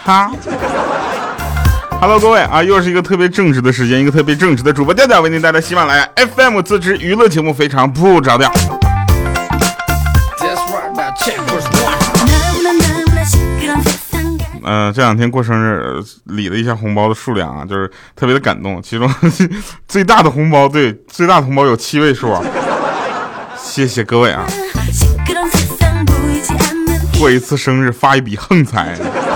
他。Hello， 各位啊，又是一个特别正直的时间，一个特别正直的主播调调为您带来喜马拉雅 FM 自制娱乐节目，非常不着调。这两天过生日，理了一下红包的数量啊，就是特别的感动。其中最大的红包，对，最大的红包有7位数啊！谢谢各位啊！过一次生日发一笔横财。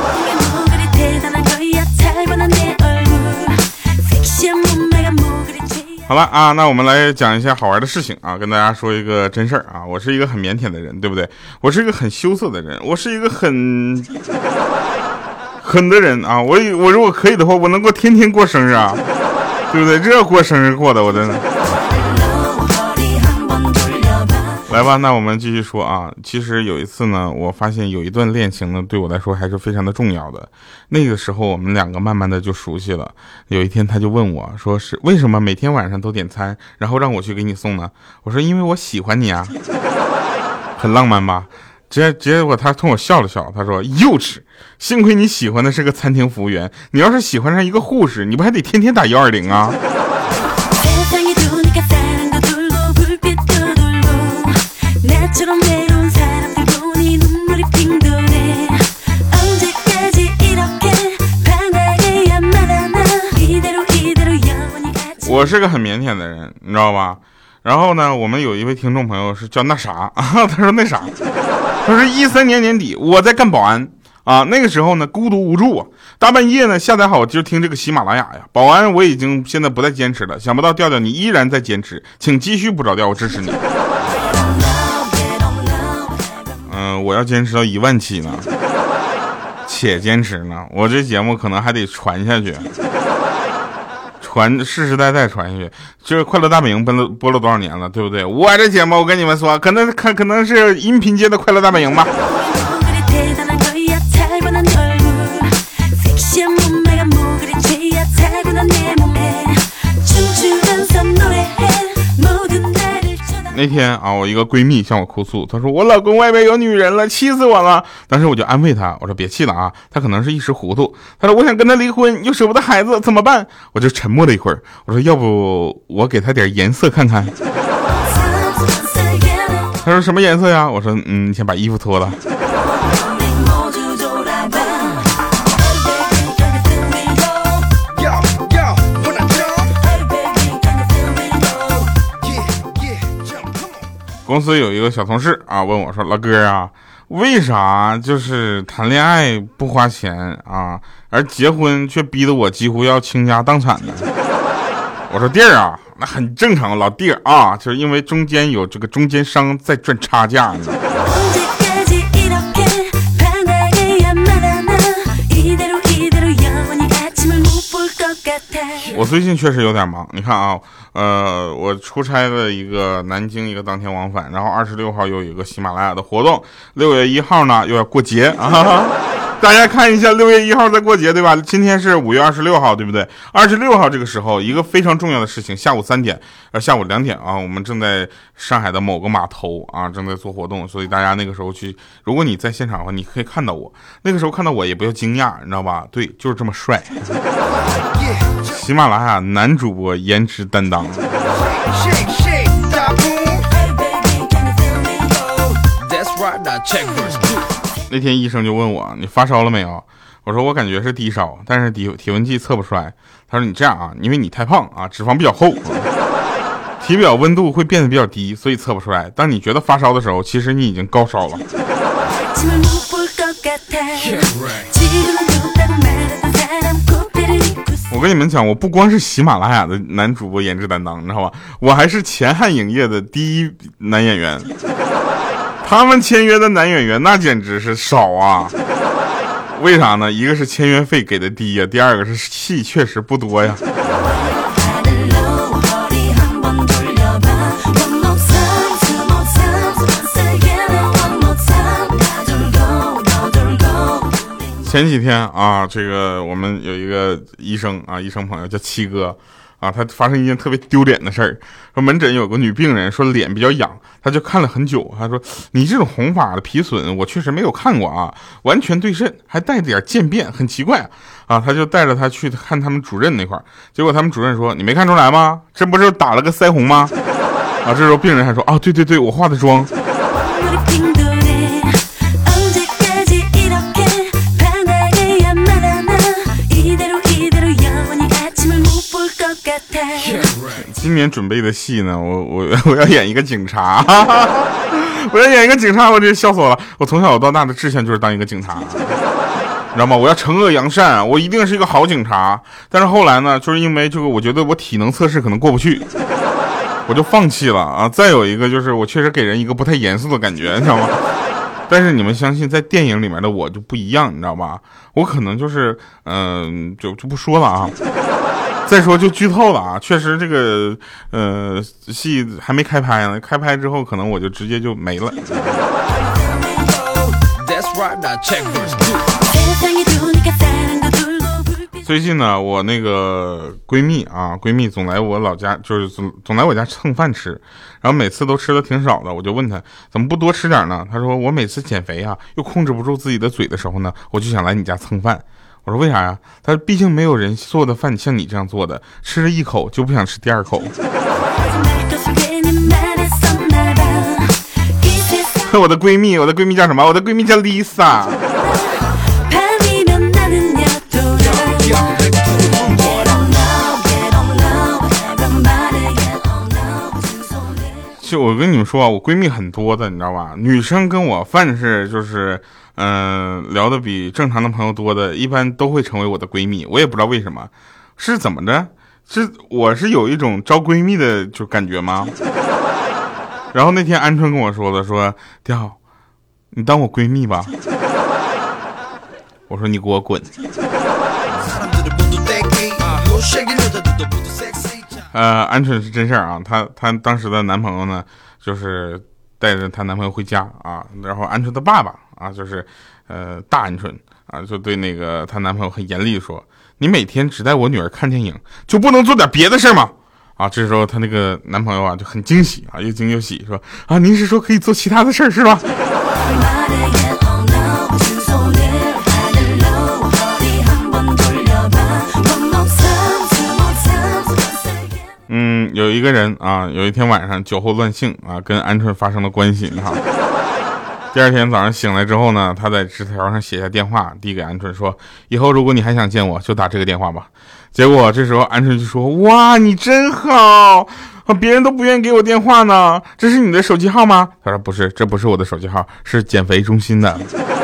好了啊，那我们来讲一下好玩的事情啊，跟大家说一个真事儿啊。我是一个很腼腆的人，对不对？我是一个很羞涩的人，我是一个很狠的人啊。我如果可以的话，我能够天天过生日啊，对不对？这过生日过的，我真的。来吧，那我们继续说啊。其实有一次呢，我发现有一段恋情呢，对我来说还是非常的重要的。那个时候我们两个慢慢的就熟悉了。有一天他就问我，说是为什么每天晚上都点餐，然后让我去给你送呢？我说因为我喜欢你啊。很浪漫吧？结果他冲我笑了笑，他说幼稚，幸亏你喜欢的是个餐厅服务员，你要是喜欢上一个护士，你不还得天天打120啊？我是个很腼腆的人，你知道吧？然后呢，我们有一位听众朋友是叫那啥啊，他说那啥，他说13年年底我在干保安啊，那个时候呢孤独无助啊，大半夜呢下载好就听这个喜马拉雅呀。保安我已经现在不再坚持了，想不到调调你依然在坚持，请继续不着调，我支持你。我要坚持到1万期呢，且坚持呢，我这节目可能还得传下去。世世代代传下去，这个快乐大本营播了多少年了，对不对？我这节目我跟你们说，可能是音频界的快乐大本营吧。那天啊，我一个闺蜜向我哭诉，她说我老公外面有女人了，气死我了。当时我就安慰她，我说别气了啊，她可能是一时糊涂。她说我想跟他离婚，又舍不得孩子，怎么办？我就沉默了一会儿，我说要不我给她点颜色看看。她说什么颜色呀？我说你先把衣服脱了。公司有一个小同事啊，问我说：“老哥啊，为啥就是谈恋爱不花钱啊，而结婚却逼得我几乎要倾家荡产呢？”我说：“弟儿啊，那很正常，老弟儿啊，就是因为中间有这个中间商在赚差价呢。”我最近确实有点忙，你看啊，我出差了一个南京一个当天往返，然后26号又有一个喜马拉雅的活动，6月1号呢又要过节啊，大家看一下6月1号在过节对吧？今天是5月26号对不对？26号这个时候一个非常重要的事情，下午2点下午2点啊，我们正在上海的某个码头啊正在做活动，所以大家那个时候去，如果你在现场的话，你可以看到我，那个时候看到我也不要惊讶，你知道吧？对，就是这么帅。喜马拉雅男主播颜值担当。那天医生就问我，你发烧了没有？我说我感觉是低烧，但是体温计测不出来。他说你这样啊，因为你太胖啊，脂肪比较厚，体表温度会变得比较低，所以测不出来。当你觉得发烧的时候，其实你已经高烧了。我跟你们讲，我不光是喜马拉雅的男主播颜值担当，你知道吧？我还是前汉影业的第1男演员。他们签约的男演员那简直是少啊！为啥呢？一个是签约费给的低呀，第二个是戏确实不多呀。前几天啊，这个我们有一个医生啊，医生朋友叫七哥啊，他发生一件特别丢脸的事儿。说门诊有个女病人说脸比较痒，他就看了很久。他说你这种红发的皮损我确实没有看过啊，完全对称，还带点渐变，很奇怪啊。他就带着他去看他们主任那块儿，结果他们主任说你没看出来吗？这不是打了个腮红吗？啊，这时候病人还说啊，对对对，我化的妆。今年准备的戏呢，我要演一个警察，我要演一个警察，我这笑死我了。我从小到大的志向就是当一个警察，你知道吗？我要惩恶扬善，我一定是一个好警察。但是后来呢，就是因为这个，我觉得我体能测试可能过不去，我就放弃了啊。再有一个就是我确实给人一个不太严肃的感觉，你知道吗？但是你们相信，在电影里面的我就不一样，你知道吧？我可能就是就不说了啊。再说就剧透了啊！确实这个戏还没开拍呢，开拍之后可能我就直接就没了。最近呢，我那个闺蜜总来我老家，就是总来我家蹭饭吃，然后每次都吃的挺少的，我就问她怎么不多吃点呢？她说我每次减肥啊，又控制不住自己的嘴的时候呢，我就想来你家蹭饭。我说为啥呀？他说毕竟没有人做的饭像你这样做的，吃了一口就不想吃第二口。我的闺蜜叫什么？我的闺蜜叫 Lisa。就我跟你们说啊，我闺蜜很多的，你知道吧？女生跟我凡是就是聊的比正常的朋友多的，一般都会成为我的闺蜜。我也不知道为什么，是怎么着？我是有一种招闺蜜的就感觉吗？然后那天鹌鹑跟我说的，说调，你当我闺蜜吧。我说你给我滚。鹌鹑是真事儿啊，她当时的男朋友呢，就是带着她男朋友回家啊，然后鹌鹑的爸爸啊，就是大鹌鹑啊，就对那个她男朋友很严厉说：“你每天只带我女儿看电影，就不能做点别的事吗？”啊，这时候她那个男朋友啊就很惊喜啊，又惊又喜，说：“啊，您是说可以做其他的事儿是吧？”有一个人啊，有一天晚上酒后乱性啊，跟鹌鹑发生了关系哈。第二天早上醒来之后呢，他在纸条上写下电话，递给鹌鹑说：“以后如果你还想见我，就打这个电话吧。”结果这时候鹌鹑就说：“哇，你真好，别人都不愿意给我电话呢。这是你的手机号吗？”他说：“不是，这不是我的手机号，是减肥中心的。”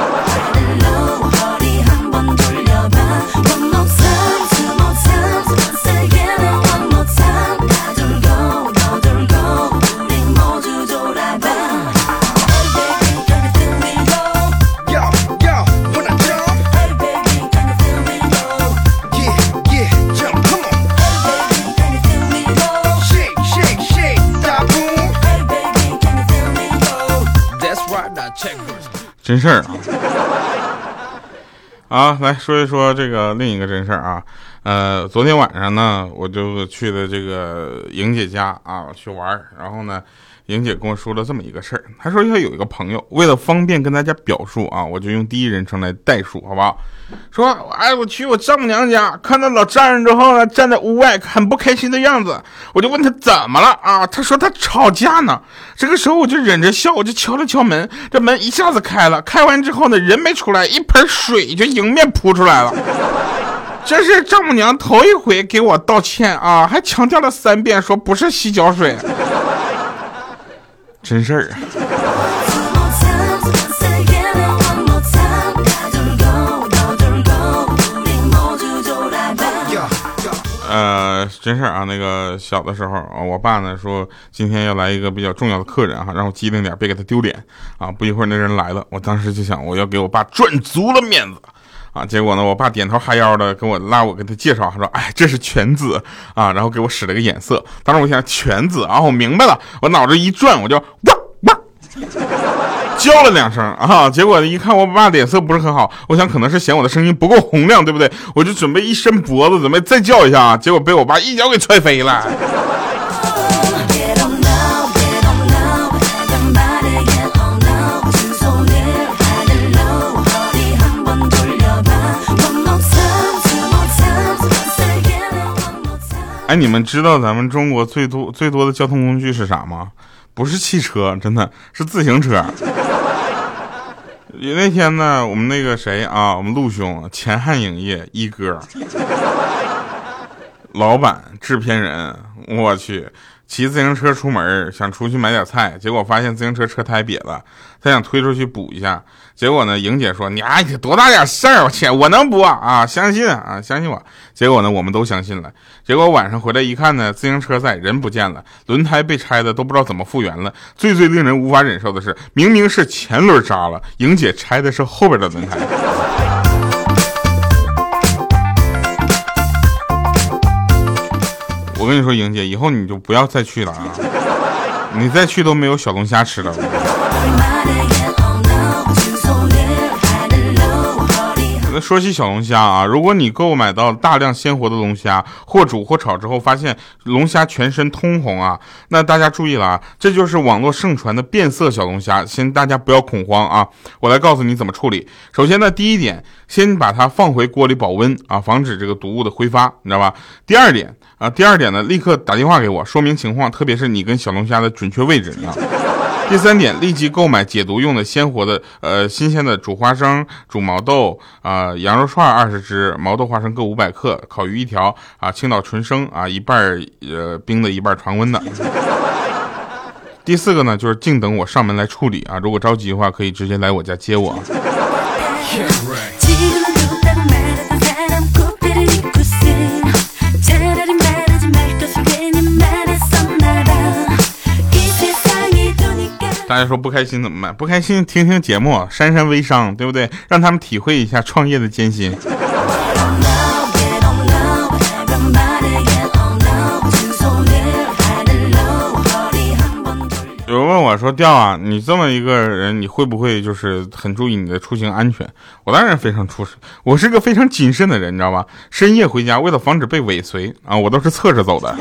真事儿啊！来说一说这个另一个真事儿啊。昨天晚上呢，我就去了这个莹姐家啊去玩，然后呢，莹姐跟我说了这么一个事儿，她说她有一个朋友，为了方便跟大家表述啊，我就用第一人称来代述，好不好？说，哎，我去我丈母娘家，看到老丈人之后呢，站在屋外很不开心的样子，我就问他怎么了啊？他说他吵架呢。这个时候我就忍着笑，我就敲了敲门，这门一下子开了，开完之后呢，人没出来，一盆水就迎面扑出来了。这是丈母娘头一回给我道歉啊，还强调了3遍，说不是洗脚水。真事儿。真事儿啊，那个小的时候啊，我爸呢说今天要来一个比较重要的客人哈，让我机灵点，别给他丢脸啊。不一会儿那人来了，我当时就想我要给我爸赚足了面子啊。结果呢，我爸点头哈腰的跟我拉我给他介绍，他说：“哎，这是犬子啊。”然后给我使了个眼色。当时我想犬子啊，我明白了，我脑子一转，我就哇哇。 叫了2声啊，结果一看我爸脸色不是很好，我想可能是嫌我的声音不够洪亮，对不对？我就准备一伸脖子准备再叫一下啊，结果被我爸一脚给踹飞了。哎，你们知道咱们中国最多的交通工具是啥吗？不是汽车，真的是自行车。那天呢，我们那个谁啊，我们陆兄前汉影业一哥，老板制片人，我去，骑自行车出门，想出去买点菜，结果发现自行车车胎瘪了，他想推出去补一下，结果呢，莹姐说：“你多大点事儿，我能补啊，相信啊，相信我。”结果呢，我们都相信了。结果晚上回来一看呢，自行车在，人不见了，轮胎被拆的都不知道怎么复原了。最令人无法忍受的是，明明是前轮扎了，莹姐拆的是后边的轮胎。我跟你说，莹姐，以后你就不要再去了啊！你再去都没有小龙虾吃了。说起小龙虾啊，如果你购买到大量鲜活的龙虾，或煮或炒之后发现龙虾全身通红啊，那大家注意了啊，这就是网络盛传的变色小龙虾，先大家不要恐慌啊，我来告诉你怎么处理。首先呢，第一点，先把它放回锅里保温啊，防止这个毒物的挥发，你知道吧？第二点呢，立刻打电话给我说明情况，特别是你跟小龙虾的准确位置啊。第三点，立即购买解毒用的鲜活的新鲜的煮花生、煮毛豆羊肉串20只，毛豆花生各500克，烤鱼1条啊，青岛纯生啊，一半冰的，一半常温的。第四个呢，就是静等我上门来处理啊，如果着急的话，可以直接来我家接我。大家说不开心怎么办？不开心听听节目，删删微商，对不对？让他们体会一下创业的艰辛。有人问我说：“调啊，你这么一个人，你会不会就是很注意你的出行安全？”我当然非常我是个非常谨慎的人，你知道吧？深夜回家，为了防止被尾随啊，我都是侧着走的。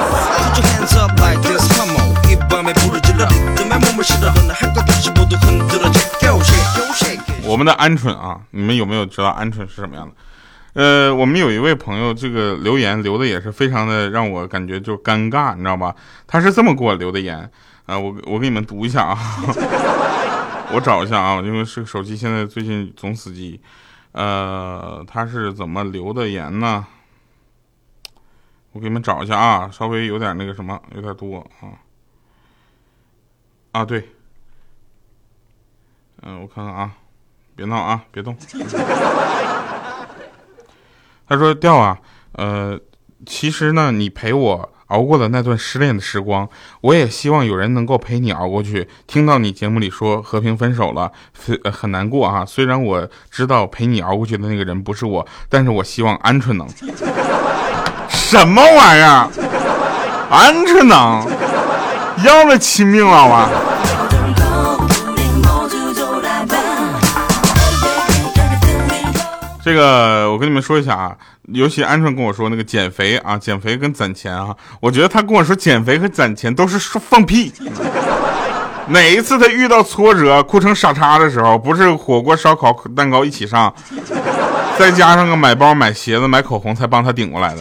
我们的鹌鹑啊，你们有没有知道鹌鹑是什么样的？我们有一位朋友，这个留言留的也是非常的让我感觉就尴尬，你知道吧？他是这么给我留的言啊，我给你们读一下啊，我找一下啊，因为是手机现在最近总死机，他是怎么留的言呢？我给你们找一下啊，稍微有点那个什么，有点多啊，对，我看看啊，别闹啊，别动。他说：“调啊，其实呢，你陪我熬过了那段失恋的时光，我也希望有人能够陪你熬过去。听到你节目里说和平分手了，很难过啊。虽然我知道陪你熬过去的那个人不是我，但是我希望鹌鹑能。什么玩意儿？鹌鹑能？要了亲命了啊！”这个我跟你们说一下啊，尤其鹌鹑跟我说那个减肥啊，减肥跟攒钱啊，我觉得他跟我说减肥和攒钱都是放屁。哪一次他遇到挫折哭成傻叉的时候，不是火锅烧烤蛋糕一起上，再加上个买包买鞋子买口红才帮他顶过来的。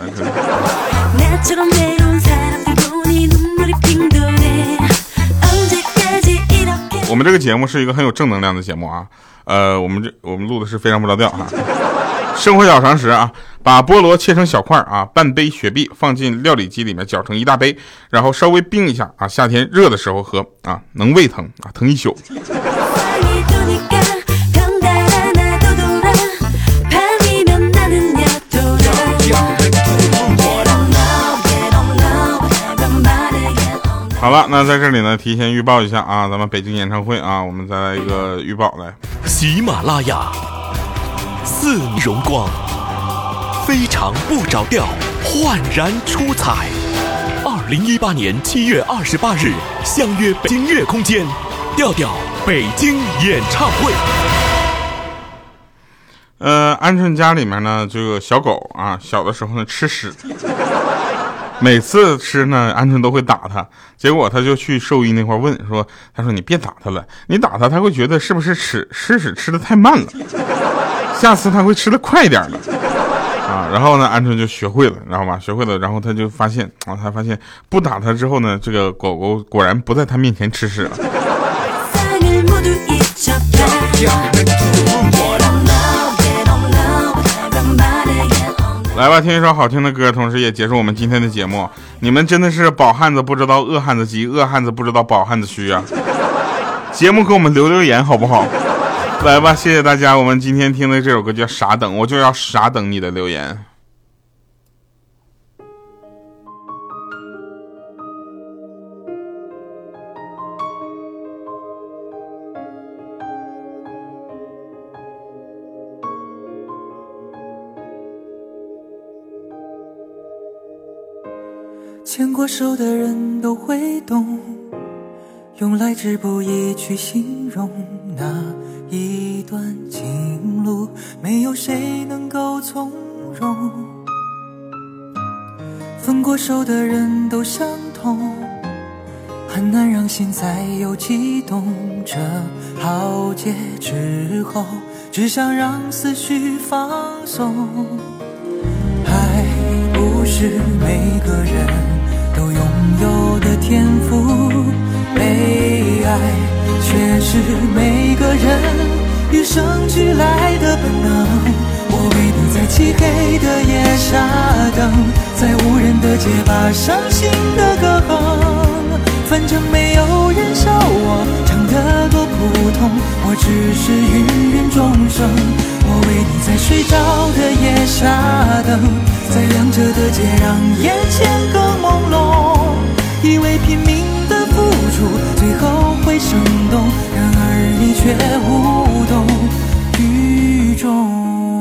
我们这个节目是一个很有正能量的节目啊，我们录的是非常不着调啊。生活小常识啊，把菠萝切成小块啊，半杯雪碧放进料理机里面搅成一大杯，然后稍微冰一下啊，夏天热的时候喝啊，能胃疼啊，疼一宿。好了，那在这里呢，提前预报一下啊，咱们北京演唱会啊，我们再来一个预报来。 喜马拉雅，四荣光，非常不着调，焕然出彩。2018年7月28日，相约北京乐空间，调调北京演唱会。 鹌鹑家里面呢就有小狗啊，小的时候呢吃屎，每次吃呢鹌鹑都会打它，结果他就去兽医那块问说，他说你别打它了，你打它会觉得是不是吃屎吃的太慢了，下次他会吃的快一点的啊。然后呢鹌鹑就学会了，知道吧？学会了，然后他就发现不打它之后呢，这个狗狗果然不在他面前吃屎了。来吧，听一首好听的歌，同时也结束我们今天的节目。你们真的是饱汉子不知道饿汉子饥，饿汉子不知道饱汉子虚啊！节目给我们留言好不好？来吧，谢谢大家。我们今天听的这首歌叫《傻等》，我就要傻等你的留言。 牵过手的人都会懂，用来之不易去形容那一段情路，没有谁能够从容。分过手的人都相同，很难让心再有悸动。这浩劫之后，只想让思绪放松。爱不是每个人都拥有的天赋，被爱却是每个人与生俱来的本能。我为你在漆黑的夜傻等，在无人的街把伤心的歌哼，反正没有人笑我唱得多普通，我只是芸芸众生。我为你在睡着的夜傻等，在亮着的街让眼前更朦胧，以为拼命的付出最后会生动，然而你却无动于衷。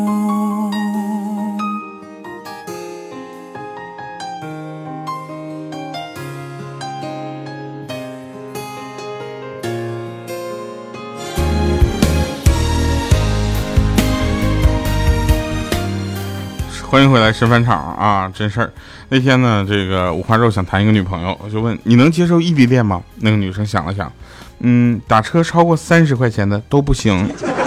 欢迎回来，神返场啊！真事儿，那天呢，这个五花肉想谈一个女朋友，我就问你能接受异地恋吗？那个女生想了想，打车超过30块钱的都不行。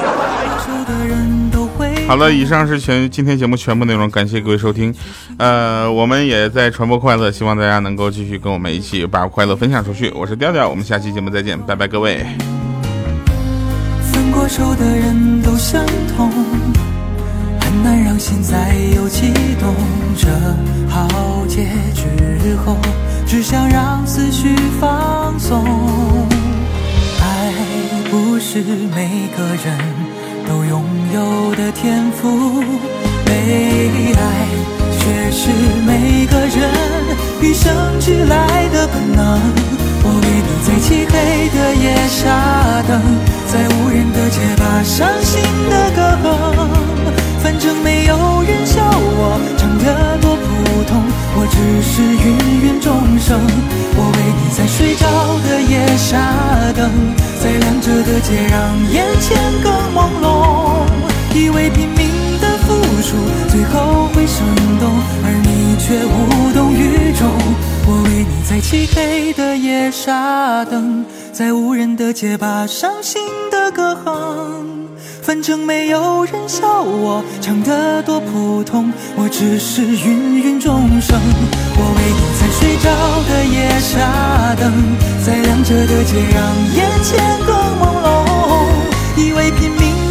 好了，以上是今天节目全部内容，感谢各位收听。我们也在传播快乐，希望大家能够继续跟我们一起把快乐分享出去。我是调调，我们下期节目再见，拜拜各位。 分过手的人都相同，很难让心再有悸动。这浩劫之后，只想让思绪放松。爱不是每个人都拥有的天赋，被爱却是每个人与生俱来的本能。我为你在漆黑的夜傻等，在无人的街把伤心的歌哼，反正没有人笑我唱得多普通，我只是芸芸众生。我为你在睡着的夜傻等，在亮着的街让眼前更朦胧，以为拼命的付出最后会生动，而你却无动于衷。我为你在漆黑的夜傻等，在无人的街把伤心的歌哼，反正没有人笑我唱得多普通，我只是芸芸众生。我为你在睡着的夜傻等，在亮着的街让眼前更朦胧，以为拼命